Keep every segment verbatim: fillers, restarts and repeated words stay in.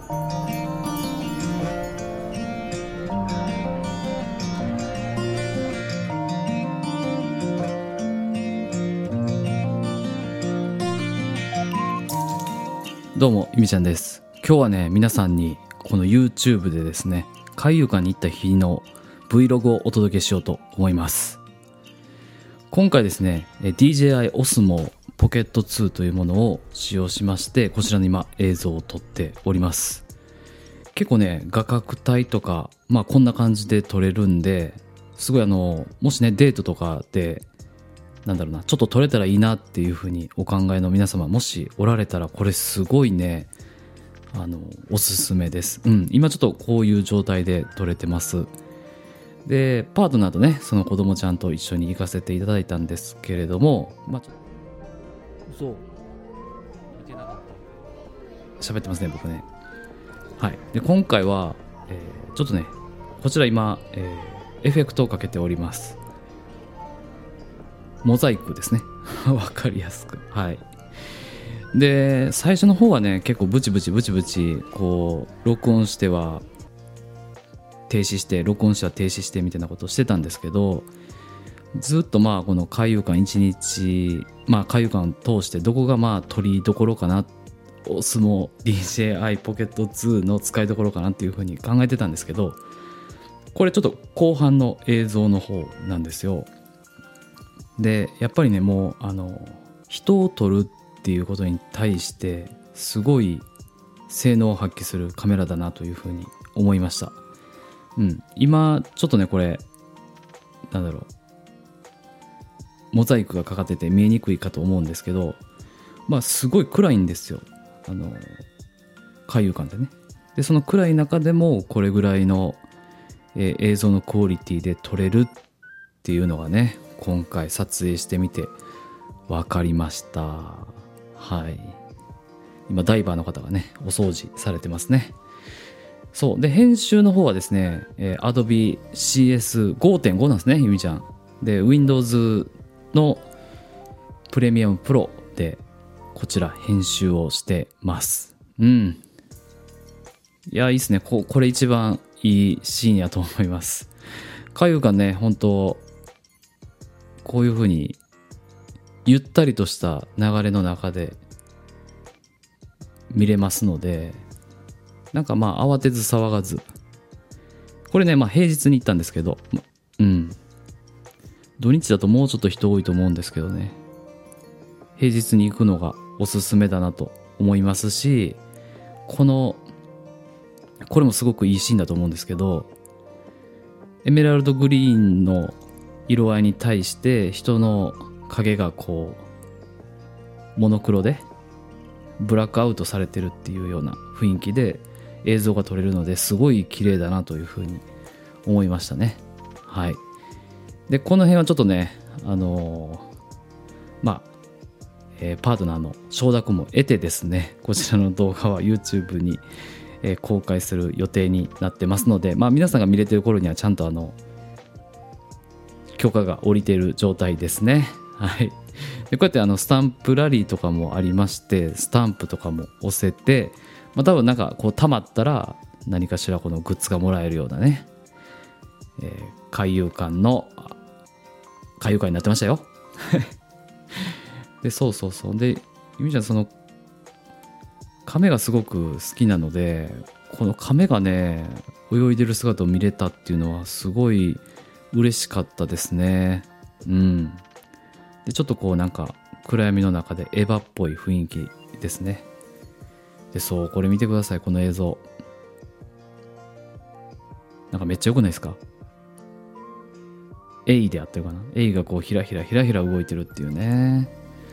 どうもゆみちゃんです。今日はね、皆さんにこの YouTube でですね、海遊館に行った日の Vlog をお届けしようと思います。今回ですね ディージェーアイ オスモ ポケットツーというものを使用しまして、こちらの今映像を撮っております。結構ね、画角帯とかまあこんな感じで撮れるんで、すごいあのもしねデートとかでなんだろうな、ちょっと撮れたらいいなっていう風にお考えの皆様もしおられたら、これすごいね、あのおすすめです。うん、今ちょっとこういう状態で撮れてます。で、パートナーとね、その子供ちゃんと一緒に行かせていただいたんですけれども、まあそう見てなかった喋ってますね僕ね。はい。で、今回は、えー、ちょっとねこちら今、えー、エフェクトをかけております。モザイクですねわかりやすく。はい。で、最初の方はね、結構ブチブチブチブチこう録音しては停止して、録音しては停止してみたいなことをしてたんですけど、ずっとまあこの海遊館一日、まあ海遊館を通してどこがまあ取りどころかな、オスモ ディージェーアイ ポケットツーの使いどころかなっていうふうに考えてたんですけど、これちょっと後半の映像の方なんですよ。で、やっぱりね、もうあの人を撮るっていうことに対してすごい性能を発揮するカメラだなというふうに思いました。うん、今ちょっとねこれなんだろう、モザイクがかかってて見えにくいかと思うんですけど、まあすごい暗いんですよ、あの海遊館でね。で、その暗い中でもこれぐらいの、えー映像のクオリティで撮れるっていうのがね、今回撮影してみて分かりました。はい。今ダイバーの方がねお掃除されてますね。そうで、編集の方はですね、えー、Adobe シーエスごてんご なんですね、ゆみちゃんで。 Windows のプレミアムプロでこちら編集をしてます。うん、いや、いいっすね。 こ, これ一番いいシーンやと思います。海遊館ね、本当こういう風にゆったりとした流れの中で見れますので、なんかまあ慌てず騒がず。これね、まあ平日に行ったんですけど、うん、土日だともうちょっと人多いと思うんですけどね、平日に行くのがおすすめだなと思いますし、このこれもすごくいいシーンだと思うんですけど、エメラルドグリーンの色合いに対して人の影がこうモノクロでブラックアウトされてるっていうような雰囲気で映像が撮れるので、すごい綺麗だなというふうに思いましたね。はい。で、この辺はちょっとね、あのー、まあ、えー、パートナーの承諾も得てですね、こちらの動画は YouTube に、えー、公開する予定になってますので、まあ皆さんが見れてる頃にはちゃんとあの許可が下りている状態ですね。はい。で、こうやってあのスタンプラリーとかもありまして、スタンプとかも押せて、まあ多分なんかこう溜まったら何かしらこのグッズがもらえるようなね、えー、海遊館の海遊館になってましたよ。で、そうそうそう。で、ゆみちゃん、その亀がすごく好きなので、この亀がね泳いでる姿を見れたっていうのはすごい嬉しかったですね。うん。で、ちょっとこうなんか暗闇の中でエヴァっぽい雰囲気ですね。で、そう、これ見てください、この映像。なんかめっちゃ良くないですか？エイであってるかな？エイがこうひらひらひらひら動いてるっていうね。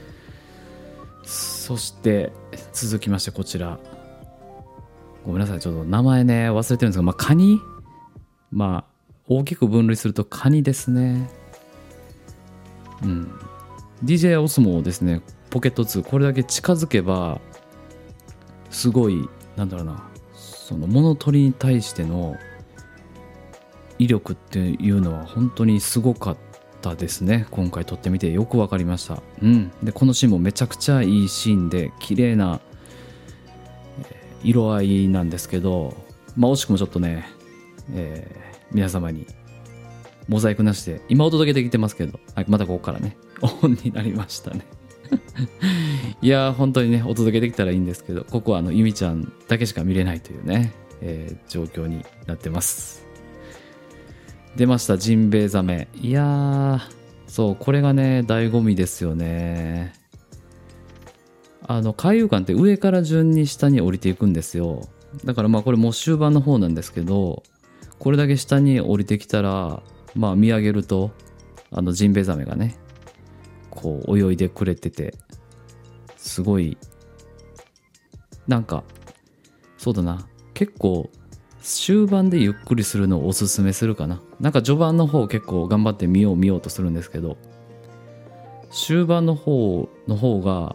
そして続きましてこちら。ごめんなさい、ちょっと名前ね忘れてるんですが、まあカニ、まあ大きく分類するとカニですね。うん。ディージェーアイ オスモですね、ポケットツー、これだけ近づけばすごい、なんだろうな、その物取りに対しての威力っていうのは本当にすごかったですね。今回撮ってみてよく分かりました。うん。で、このシーンもめちゃくちゃいいシーンで、綺麗な色合いなんですけど、まあ惜しくもちょっとね、えー、皆様にモザイクなしで今お届けできてますけど、はい、またここからねオンになりましたねいやー本当にねお届けできたらいいんですけど、ここはあのゆみちゃんだけしか見れないというね、えー、状況になってます。出ましたジンベエザメ。いやーそうこれがね醍醐味ですよね。あの海遊館って上から順に下に降りていくんですよ。だからまあこれもう終盤の方なんですけど、これだけ下に降りてきたらまあ見上げるとあのジンベエザメがねこう泳いでくれてて、すごいなんかそうだな、結構終盤でゆっくりするのをおすすめするかな。なんか序盤の方結構頑張って見よう見ようとするんですけど、終盤の方の方が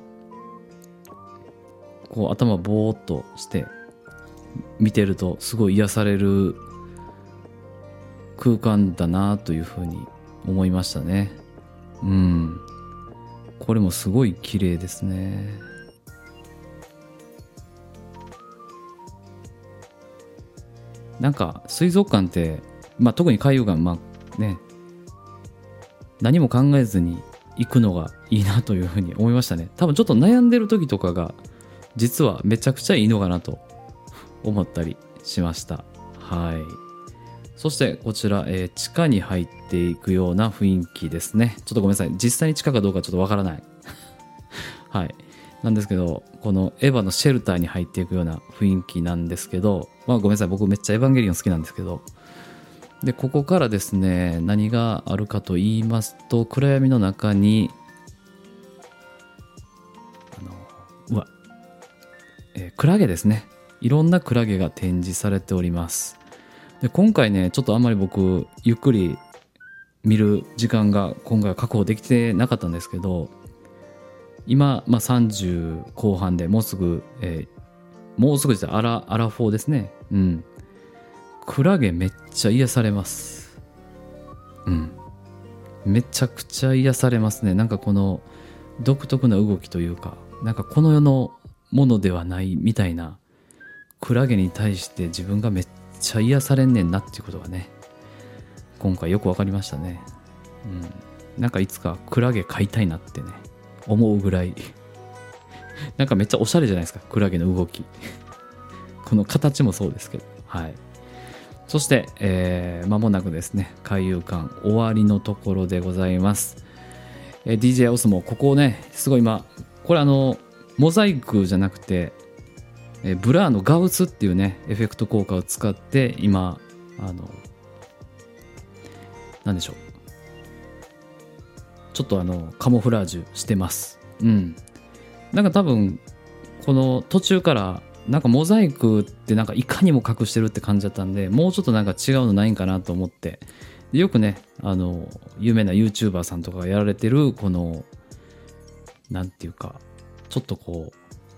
こう頭ボーっとして見てるとすごい癒される空間だなというふうに思いましたね。うん、これもすごい綺麗ですね。なんか水族館って、まあ、特に海遊館、まあね、何も考えずに行くのがいいなというふうに思いましたね。多分ちょっと悩んでる時とかが実はめちゃくちゃいいのかなと思ったりしました。はい。そしてこちら、えー、地下に入っていくような雰囲気ですね。ちょっとごめんなさい、実際に地下かどうかちょっとわからないはい。なんですけど、このエヴァのシェルターに入っていくような雰囲気なんですけど、まあごめんなさい、僕めっちゃエヴァンゲリオン好きなんですけど、でここからですね何があるかと言いますと、暗闇の中にあのうわ、えー、クラゲですね。いろんなクラゲが展示されております。で今回ねちょっとあんまり僕ゆっくり見る時間が今回は確保できてなかったんですけど、今、まあ、さんじゅう後半でもうすぐ、えー、もうすぐですアラアラフォーですね。うん。クラゲめっちゃ癒されます。うん。めちゃくちゃ癒されますね。なんかこの独特な動きというか、なんかこの世のものではないみたいなクラゲに対して自分がめっちゃ癒されんねんなっていうことがね、今回よくわかりましたね。うん。なんかいつかクラゲ飼いたいなってね思うぐらいなんかめっちゃおしゃれじゃないですか、クラゲの動きこの形もそうですけど。はい。そして、えー、間もなくですね海遊館終わりのところでございます。えー、ディージェー オスもここをねすごい今これあのモザイクじゃなくて、えー、ブラーのガウスっていうねエフェクト効果を使って今あのなんでしょう、ちょっとあのカモフラージュしてます。うん。なんか多分この途中からなんかモザイクってなんかいかにも隠してるって感じだったんで、もうちょっとなんか違うのないんかなと思って、よくねあの有名な YouTuber さんとかがやられてるこのなんていうかちょっとこ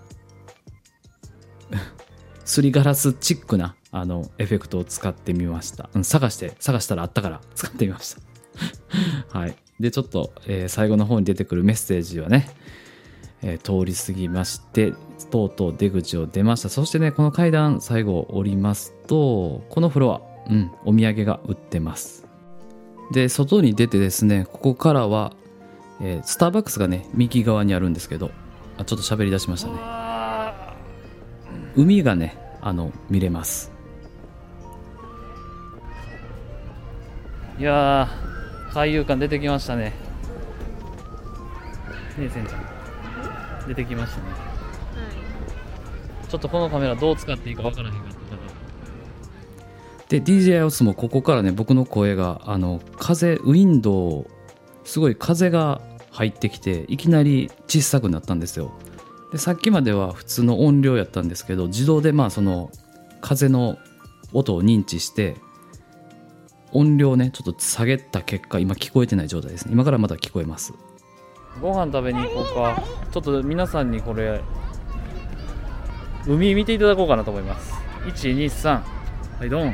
うすりガラスチックなあのエフェクトを使ってみました。うん、探して探したらあったから使ってみましたはい。でちょっと、えー、最後の方に出てくるメッセージはね、えー、通り過ぎましてとうとう出口を出ました。そしてねこの階段最後降りますとこのフロア、うん、お土産が売ってます。で外に出てですねここからは、えー、スターバックスがね右側にあるんですけど、あちょっと喋り出しましたね。海がねあの見れます。いやー海遊館出てきましたね。ねえせんちゃん出てきましたね。ちょっとこのカメラどう使っていいかわからへんかったから。で ディージェー オスもここからね僕の声があの風ウィンドウすごい風が入ってきていきなり小さくなったんですよ。でさっきまでは普通の音量やったんですけど自動でまあその風の音を認知して音量ねちょっと下げた結果今聞こえてない状態ですね。今からまた聞こえます。ご飯食べに行こうか。ちょっと皆さんにこれ海見ていただこうかなと思います。いちにさんはいドン。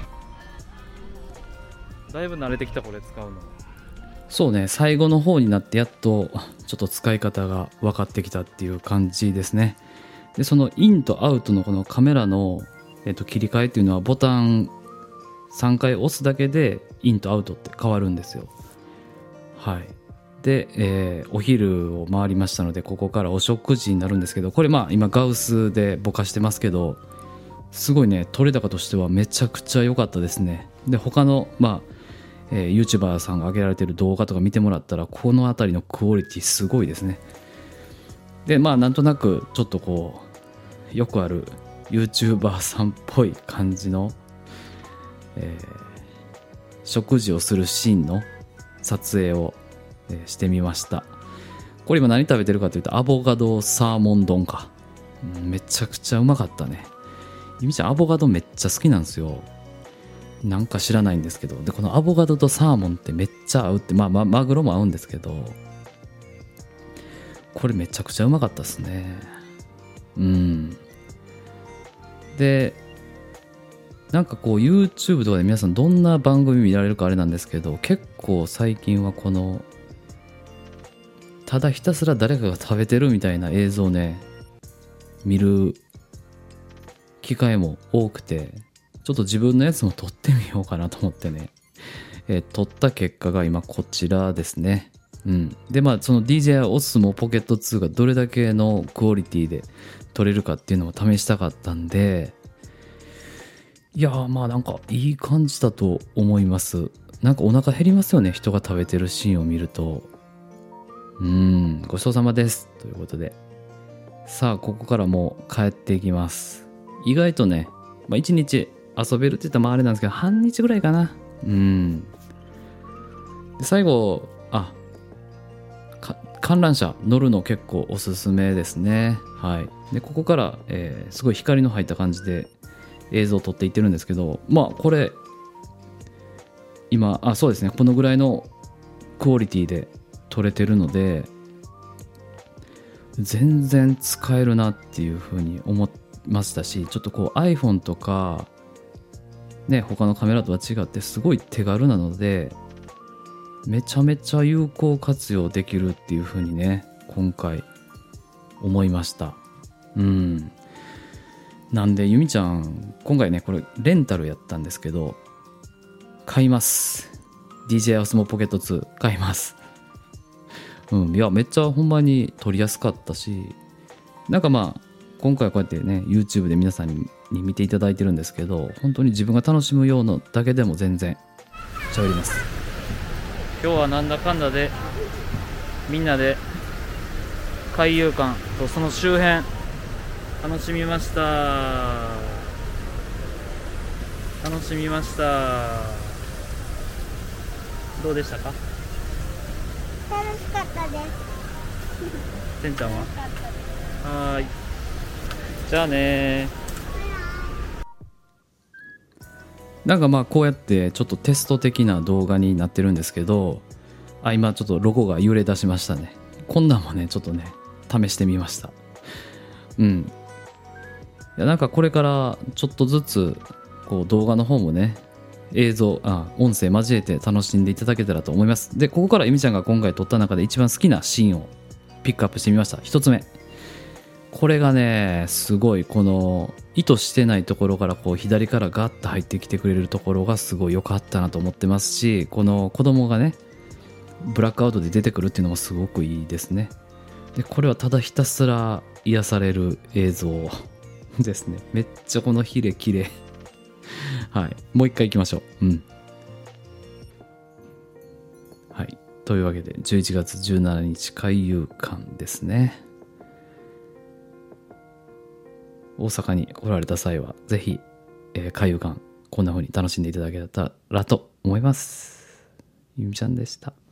だいぶ慣れてきたこれ使うの。そうね最後の方になってやっとちょっと使い方が分かってきたっていう感じですね。 でそのインとアウトのこのカメラの、えっと、切り替えっていうのはボタンさんかい押すだけでインとアウトって変わるんですよ。はいで、えーお昼を回りましたので、ここからお食事になるんですけど、これまあ今ガウスでぼかしてますけど、すごいね撮れ高としてはめちゃくちゃ良かったですね。で他のまあ、えー、YouTuber さんが上げられてる動画とか見てもらったら、この辺りのクオリティすごいですね。でまあなんとなくちょっとこうよくある YouTuber さんっぽい感じの、えー食事をするシーンの撮影を、えーしてみました。これ今何食べてるかというとアボカドサーモン丼か、うん、めちゃくちゃうまかったね。ゆみちゃんアボカドめっちゃ好きなんですよ。なんか知らないんですけど、でこのアボカドとサーモンってめっちゃ合うって、まあ、まあ、マグロも合うんですけど、これめちゃくちゃうまかったですね。うんでなんかこう YouTube とかで皆さんどんな番組見られるかあれなんですけど、結構最近はこのただひたすら誰かが食べてるみたいな映像をね見る機会も多くて、ちょっと自分のやつも撮ってみようかなと思ってね、えー撮った結果が今こちらですね。うんでまあその ディージェー オスモポケットツーがどれだけのクオリティで撮れるかっていうのも試したかったんで、いやーまあなんかいい感じだと思います。なんかお腹減りますよね、人が食べてるシーンを見ると。うーんごちそうさまですということで、さあここからもう帰っていきます。意外とね、まあ、いちにち遊べるって言ったらまああれなんですけど、半日ぐらいかな。うんで最後あか観覧車乗るの結構おすすめですね。はいでここから、えーすごい光の入った感じで映像を撮っていってるんですけど、まあこれ今あそうですねこのぐらいのクオリティで撮れてるので全然使えるなっていう風に思いましたし、ちょっとこう iPhone とかね他のカメラとは違ってすごい手軽なのでめちゃめちゃ有効活用できるっていう風にね今回思いました。うんなんでゆみちゃん今回ねこれレンタルやったんですけど買います。 ディージェー オスモポケットツー買います。うんいやめっちゃほんまに撮りやすかったし、なんかまあ今回こうやってね YouTube で皆さんにに見ていただいてるんですけど、本当に自分が楽しむようなだけでも全然喋ります。今日はなんだかんだでみんなで海遊館とその周辺楽しみました。楽しみました。どうでしたか？ 楽しかったです。 せんちゃんは？ 楽しかったです。 はーい。じゃあね。なんかまあこうやってちょっとテスト的な動画になってるんですけど、あ今ちょっとロゴが揺れ出しましたね。こんなんもねちょっとね試してみました。うんいやなんかこれからちょっとずつこう動画の方もね映像あ音声交えて楽しんでいただけたらと思います。でここからゆみちゃんが今回撮った中で一番好きなシーンをピックアップしてみました。一つ目、これがねすごいこの意図してないところからこう左からガッと入ってきてくれるところがすごい良かったなと思ってますし、この子供がねブラックアウトで出てくるっていうのもすごくいいですね。でこれはただひたすら癒される映像ですね。めっちゃこのヒレ綺麗はいもう一回行きましょう。うんはいというわけでじゅういちがつじゅうしちにち海遊館ですね。大阪に来られた際はぜひ、えー、海遊館こんな風に楽しんでいただけたらと思います。ゆみちゃんでした。